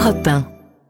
Europe 1.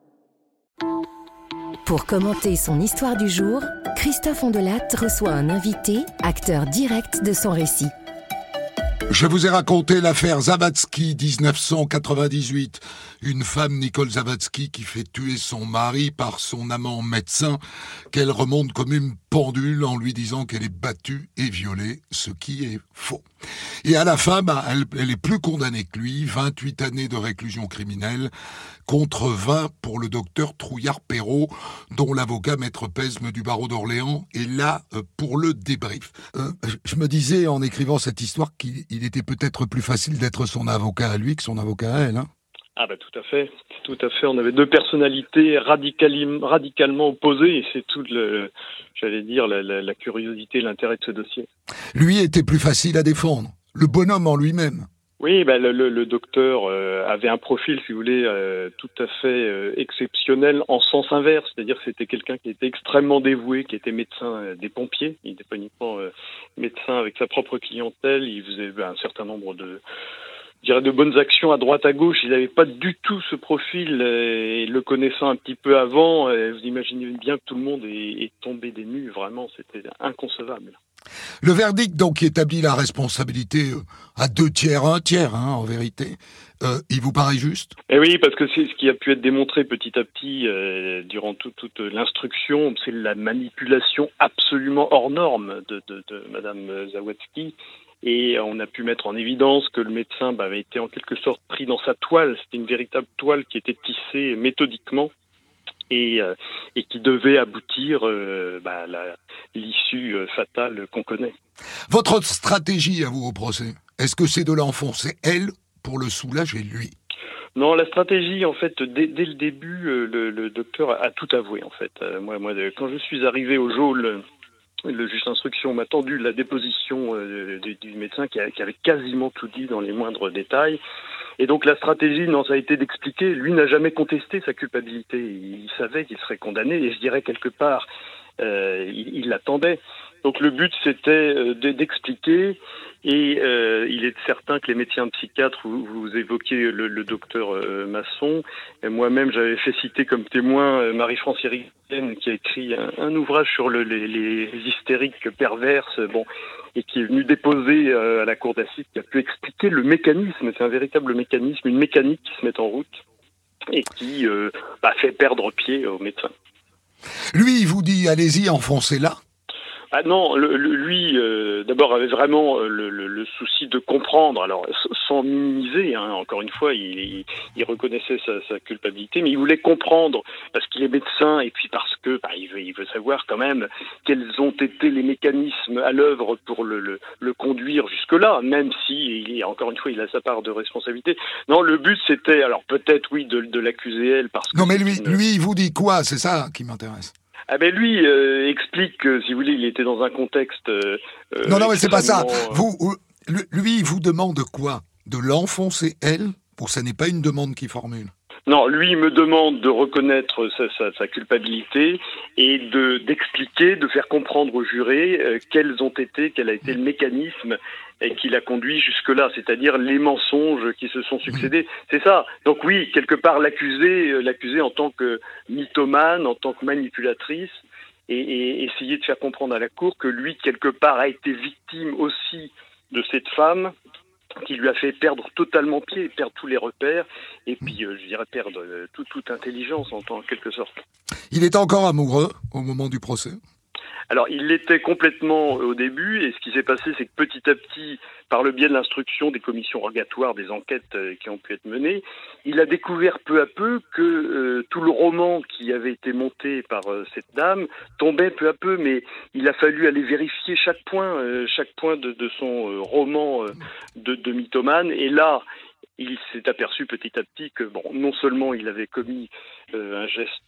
Pour commenter son histoire du jour, Christophe Ondelat reçoit un invité, acteur direct de son récit. Je vous ai raconté l'affaire Zawadzki, 1998. Une femme, Nicole Zawadzki, qui fait tuer son mari par son amant médecin, qu'elle remonte comme une pendule en lui disant qu'elle est battue et violée, ce qui est faux. Et à la fin, elle est plus condamnée que lui, 28 années de réclusion criminelle, contre 20 pour le docteur Trouillard-Perrault, dont l'avocat Maître Pesme du barreau d'Orléans est là pour le débrief. Je me disais, en écrivant cette histoire, qu'il était peut-être plus facile d'être son avocat à lui que son avocat à elle, hein. Ah bah tout à fait. On avait deux personnalités radicalement opposées et c'est toute la curiosité et l'intérêt de ce dossier. Lui était plus facile à défendre, le bonhomme en lui-même. Oui, le docteur avait un profil, si vous voulez, tout à fait exceptionnel en sens inverse. C'est-à-dire que c'était quelqu'un qui était extrêmement dévoué, qui était médecin des pompiers. Il n'était pas uniquement médecin avec sa propre clientèle. Il faisait un certain nombre de bonnes actions à droite à gauche. Il n'avait pas du tout ce profil, et le connaissant un petit peu avant, vous imaginez bien que tout le monde est tombé des nues. Vraiment, c'était inconcevable. Le verdict, donc, qui établit la responsabilité à 2 tiers, 1 tiers, en vérité, il vous paraît juste ? Eh oui, parce que c'est ce qui a pu être démontré petit à petit durant toute l'instruction, c'est la manipulation absolument hors norme de Madame Zawadzki. Et on a pu mettre en évidence que le médecin avait été en quelque sorte pris dans sa toile. C'était une véritable toile qui était tissée méthodiquement et qui devait aboutir à l'issue fatale qu'on connaît. Votre stratégie à vous au procès, est-ce que c'est de l'enfoncer elle pour le soulager lui ? Non, la stratégie, en fait, dès le début, le docteur a tout avoué, en fait. Moi, quand je suis arrivé au geôle, le juge d'instruction m'a tendu la déposition du médecin qui avait quasiment tout dit dans les moindres détails. Et donc la stratégie, ça a été d'expliquer. Lui n'a jamais contesté sa culpabilité. Il savait qu'il serait condamné et je dirais quelque part, il l'attendait. Donc le but, c'était d'expliquer. Et il est certain que les médecins psychiatres, vous évoquiez le docteur Masson, et moi-même j'avais fait citer comme témoin Marie-France Irigaine qui a écrit un ouvrage sur les hystériques perverses, et qui est venu déposer à la cour d'assises, qui a pu expliquer le mécanisme. C'est un véritable mécanisme, une mécanique qui se met en route et qui fait perdre pied aux médecins. Lui, il vous dit, allez-y, enfoncez-la. Ah non, lui, d'abord, avait vraiment le souci de comprendre, alors sans minimiser, encore une fois, il reconnaissait sa culpabilité, mais il voulait comprendre, parce qu'il est médecin, et puis parce que il veut savoir quand même quels ont été les mécanismes à l'œuvre pour le conduire jusque-là, même si, encore une fois, il a sa part de responsabilité. Non, le but, c'était, alors peut-être, oui, de l'accuser elle, parce que... Non, mais lui, il vous dit quoi ? C'est ça qui m'intéresse. Ah ben lui explique que, si vous voulez, il était dans un contexte... non, mais c'est pas ça. Lui, il vous demande quoi ? De l'enfoncer, elle ? Ou ça n'est pas une demande qu'il formule ? Non, lui, il me demande de reconnaître sa culpabilité et d'expliquer, de faire comprendre aux jurés quel a été le mécanisme qui l'a conduit jusque-là, c'est-à-dire les mensonges qui se sont succédés. C'est ça. Donc oui, quelque part, l'accuser en tant que mythomane, en tant que manipulatrice, et essayer de faire comprendre à la cour que lui, quelque part, a été victime aussi de cette femme qui lui a fait perdre totalement pied, perdre tous les repères, et puis, je dirais, perdre toute intelligence en quelque sorte. Il était encore amoureux au moment du procès ? Alors, il l'était complètement au début, et ce qui s'est passé, c'est que petit à petit, par le biais de l'instruction, des commissions rogatoires, des enquêtes qui ont pu être menées, il a découvert peu à peu que tout le roman qui avait été monté par cette dame tombait peu à peu, mais il a fallu aller vérifier chaque point de son roman de mythomane, et là, il s'est aperçu petit à petit que, non seulement il avait commis un geste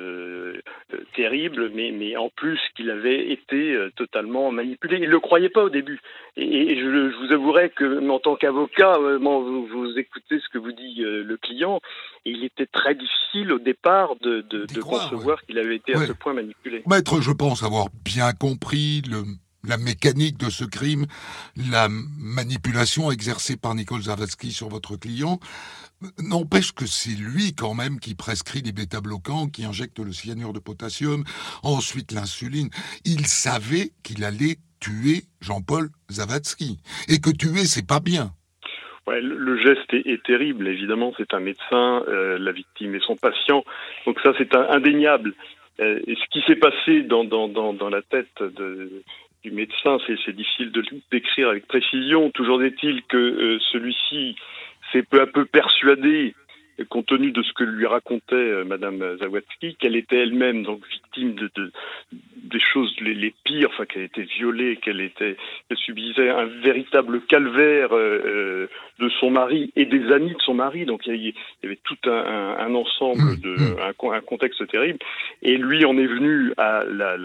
terrible, mais en plus qu'il avait été totalement manipulé. Il ne le croyait pas au début. Et je vous avouerai que, en tant qu'avocat, vous écoutez ce que vous dit le client, et il était très difficile au départ de concevoir qu'il avait été à ce point manipulé. Maître, je pense avoir bien compris la mécanique de ce crime, la manipulation exercée par Nicole Zawadzki sur votre client. N'empêche que c'est lui quand même qui prescrit les bêta-bloquants, qui injecte le cyanure de potassium, ensuite l'insuline. Il savait qu'il allait tuer Jean-Paul Zavadsky. Et que tuer, c'est pas bien. Ouais, le geste est terrible, évidemment, c'est un médecin, la victime est son patient, donc ça c'est indéniable. Et ce qui s'est passé dans la tête du médecin, c'est difficile de le décrire avec précision. Toujours est-il que celui-ci s'est peu à peu persuadé, compte tenu de ce que lui racontait Madame Zavadsky, qu'elle était elle-même donc victime des choses les pires, enfin qu'elle était violée, qu'elle subissait un véritable calvaire de son mari et des amis de son mari. Donc il y avait tout un ensemble un contexte terrible. Et lui en est venu à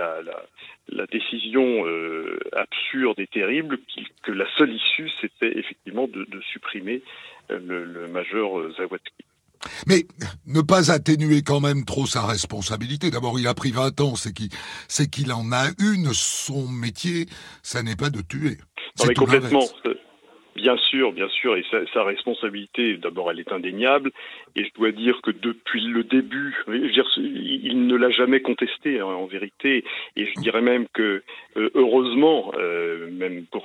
la décision absurde et terrible que la seule issue, c'était effectivement de supprimer le major Zavadsky. Mais ne pas atténuer quand même trop sa responsabilité. D'abord, il a pris 20 ans, c'est qu'il en a une. Son métier, ça n'est pas de tuer. Non, mais complètement. Bien sûr, et sa responsabilité, d'abord, elle est indéniable, et je dois dire que depuis le début, il ne l'a jamais contesté, en vérité, et je dirais même que, heureusement, même pour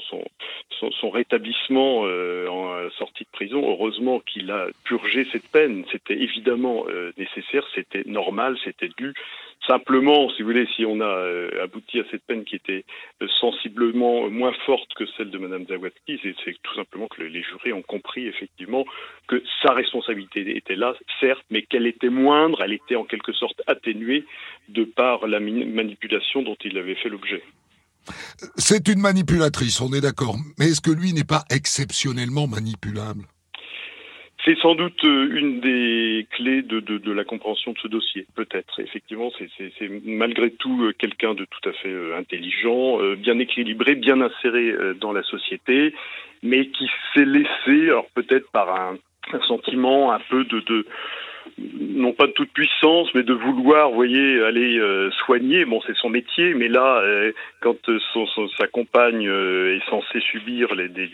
son rétablissement en sortie de prison, heureusement qu'il a purgé cette peine. C'était évidemment nécessaire, c'était normal, c'était dû. Simplement, si vous voulez, si on a abouti à cette peine qui était sensiblement moins forte que celle de Madame Zavadsky, c'est tout simplement que les jurés ont compris effectivement que sa responsabilité était là, certes, mais qu'elle était moindre, elle était en quelque sorte atténuée de par la manipulation dont il avait fait l'objet. C'est une manipulatrice, on est d'accord. Mais est-ce que lui n'est pas exceptionnellement manipulable ? C'est sans doute une des clés de la compréhension de ce dossier, peut-être. Effectivement, c'est malgré tout quelqu'un de tout à fait intelligent, bien équilibré, bien inséré dans la société, mais qui s'est laissé, alors peut-être par un sentiment un peu non pas de toute puissance, mais de vouloir, vous voyez, aller soigner. Bon, c'est son métier, mais là, quand sa compagne est censée subir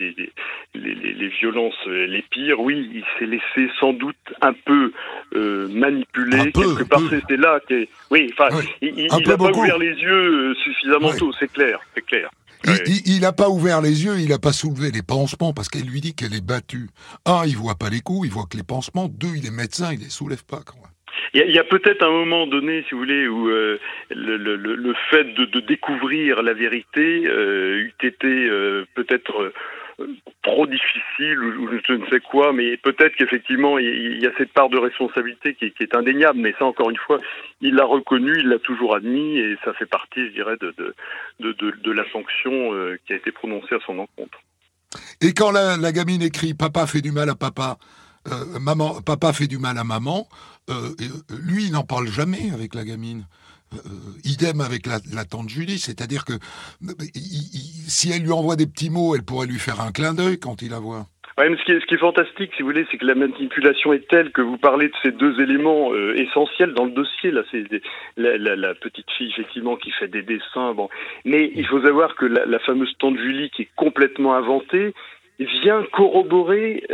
les violences les pires, oui, il s'est laissé sans doute un peu manipuler. Quelque part, c'est là que, oui, enfin, il n'a pas ouvert les yeux suffisamment tôt, c'est clair. Il n'a pas ouvert les yeux, il n'a pas soulevé les pansements parce qu'elle lui dit qu'elle est battue. Un, il voit pas les coups, il voit que les pansements. Deux, il est médecin, il les soulève pas. Quand même. Il y a peut-être un moment donné, si vous voulez, où le fait de découvrir la vérité eût été peut-être trop difficile ou je ne sais quoi, mais peut-être qu'effectivement il y a cette part de responsabilité qui est indéniable, mais ça encore une fois il l'a reconnu, il l'a toujours admis et ça fait partie, je dirais, de la sanction qui a été prononcée à son encontre. Et quand la gamine écrit « Papa fait du mal à papa », papa fait du mal à maman, lui il n'en parle jamais avec la gamine. Idem avec la tante Julie, c'est-à-dire que si elle lui envoie des petits mots, elle pourrait lui faire un clin d'œil quand il la voit. Ouais, mais ce qui est fantastique, si vous voulez, c'est que la manipulation est telle que vous parlez de ces deux éléments essentiels dans le dossier. Là, c'est la petite fille, effectivement, qui fait des dessins. Bon, mais il faut savoir que la fameuse tante Julie, qui est complètement inventée, vient corroborer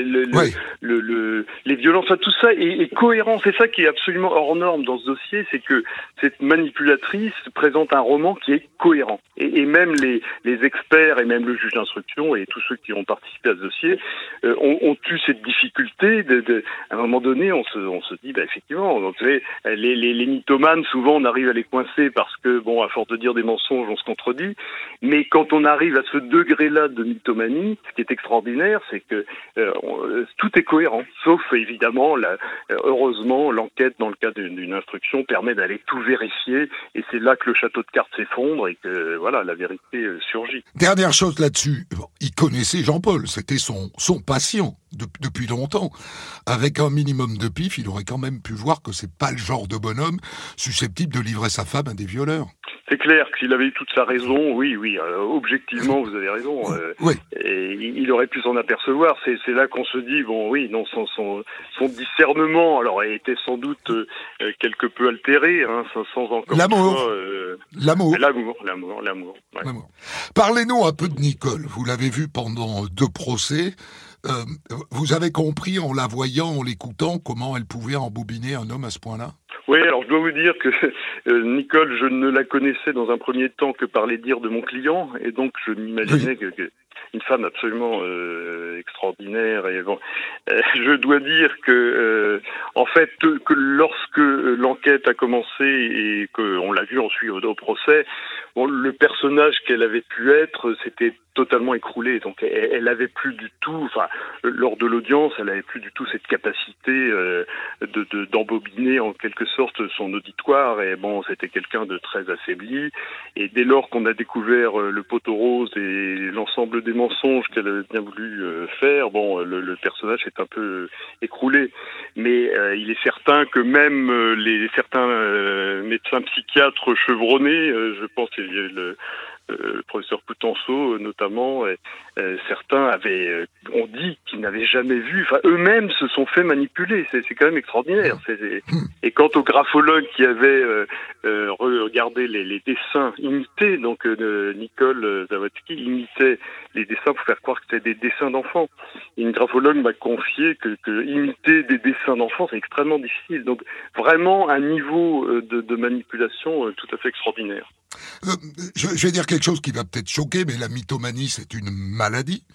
les violences. Enfin, tout ça est cohérent. C'est ça qui est absolument hors norme dans ce dossier, c'est que cette manipulatrice présente un roman qui est cohérent. Et même les experts et même le juge d'instruction et tous ceux qui ont participé à ce dossier ont eu cette difficulté. À un moment donné, on se dit, effectivement, donc, vous savez, les mythomanes, souvent, on arrive à les coincer parce que, bon, à force de dire des mensonges, on se contredit. Mais quand on arrive à ce degré-là de mythomanie, ce qui est extraordinaire, c'est que tout est cohérent, sauf évidemment, heureusement, l'enquête dans le cadre d'une instruction permet d'aller tout vérifier, et c'est là que le château de cartes s'effondre et que voilà, la vérité surgit. Dernière chose là-dessus, il connaissait Jean-Paul, c'était son patient depuis longtemps. Avec un minimum de pif, il aurait quand même pu voir que c'est pas le genre de bonhomme susceptible de livrer sa femme à des violeurs. C'est clair que s'il avait eu toute sa raison, oui, objectivement, vous avez raison. Oui. Et il aurait pu s'en apercevoir. C'est là qu'on se dit, bon, oui, non, son discernement, alors, a été sans doute quelque peu altéré, sans encore. L'amour. L'amour. L'amour. Ouais. Parlez-nous un peu de Nicole. Vous l'avez vu pendant 2 procès. Vous avez compris en la voyant, en l'écoutant, comment elle pouvait embobiner un homme à ce point-là ? Oui, alors je dois vous dire que Nicole, je ne la connaissais dans un premier temps que par les dires de mon client, et donc je m'imaginais que une femme absolument extraordinaire. Et bon, je dois dire que en fait, que lorsque l'enquête a commencé et qu'on l'a vu ensuite au procès, bon, le personnage qu'elle avait pu être s'était totalement écroulé. Donc elle avait plus du tout, enfin lors de l'audience, elle avait plus du tout cette capacité d'embobiner en quelque sorte son auditoire. Et bon, c'était quelqu'un de très affaibli. Et dès lors qu'on a découvert le poteau rose et l'ensemble des mensonges qu'elle avait bien voulu faire, bon, le personnage est un peu écroulé. Mais il est certain que même certains médecins psychiatres chevronnés, je pense qu'il y a le professeur Coutenceau notamment, certains ont dit qu'ils n'avaient jamais vu, enfin eux-mêmes se sont fait manipuler, c'est quand même extraordinaire. Et quant au graphologue qui avait regardé les dessins imités, donc Nicole Zawadzki imitait les dessins pour faire croire que c'était des dessins d'enfants. Et une graphologue m'a confié que imiter des dessins d'enfants, c'est extrêmement difficile. Donc vraiment un niveau de manipulation tout à fait extraordinaire. Je vais dire quelque chose qui va peut-être choquer, mais la mythomanie, c'est une maladie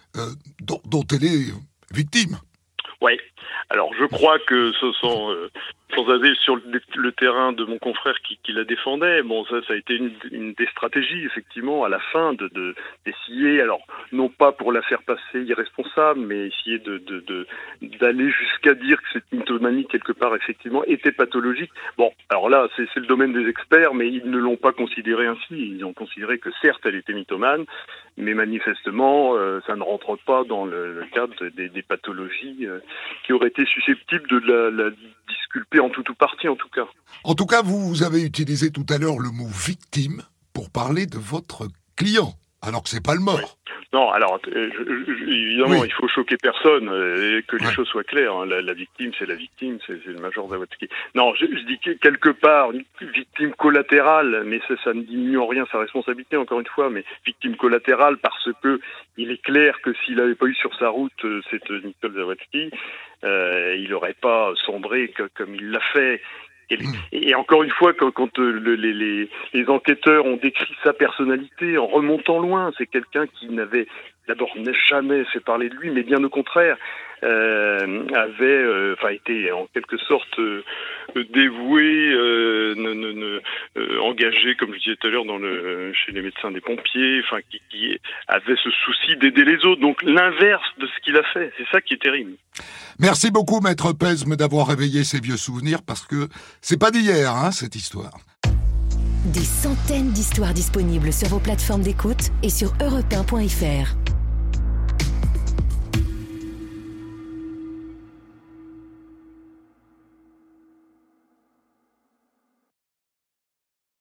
dont elle est victime. Oui. Alors, je crois que ce sont, sans aller sur le terrain de mon confrère qui la défendait, bon, ça a été une des stratégies, effectivement, à la fin, d'essayer, alors, non pas pour la faire passer irresponsable, mais essayer d'aller jusqu'à dire que cette mythomanie, quelque part, effectivement, était pathologique. Bon, alors là, c'est le domaine des experts, mais ils ne l'ont pas considéré ainsi. Ils ont considéré que, certes, elle était mythomane, mais manifestement, ça ne rentre pas dans le cadre des pathologies qui auraient été susceptibles de la disculper en tout ou partie, en tout cas. En tout cas, vous avez utilisé tout à l'heure le mot victime pour parler de votre client, alors que c'est pas le mort. Oui. Non, alors, évidemment, il faut choquer personne, et que les choses soient claires. Hein. La victime, c'est la victime, c'est le major Zawadzki. Non, je dis que quelque part, victime collatérale, mais ça ne diminue en rien sa responsabilité, encore une fois, mais victime collatérale parce que il est clair que s'il n'avait pas eu sur sa route cette Nicole Zawadzki, il n'aurait pas sombré comme il l'a fait. Et encore une fois, quand les enquêteurs ont décrit sa personnalité en remontant loin, c'est quelqu'un qui n'avait d'abord jamais fait parler de lui, mais bien au contraire, avait été en quelque sorte dévoué, engagé, comme je disais tout à l'heure, chez les médecins des pompiers, qui avait ce souci d'aider les autres. Donc l'inverse de ce qu'il a fait, c'est ça qui est terrible. Merci beaucoup, Maître Pez, d'avoir réveillé ces vieux souvenirs, parce que c'est pas d'hier, cette histoire. Des centaines d'histoires disponibles sur vos plateformes d'écoute et sur europe1.fr.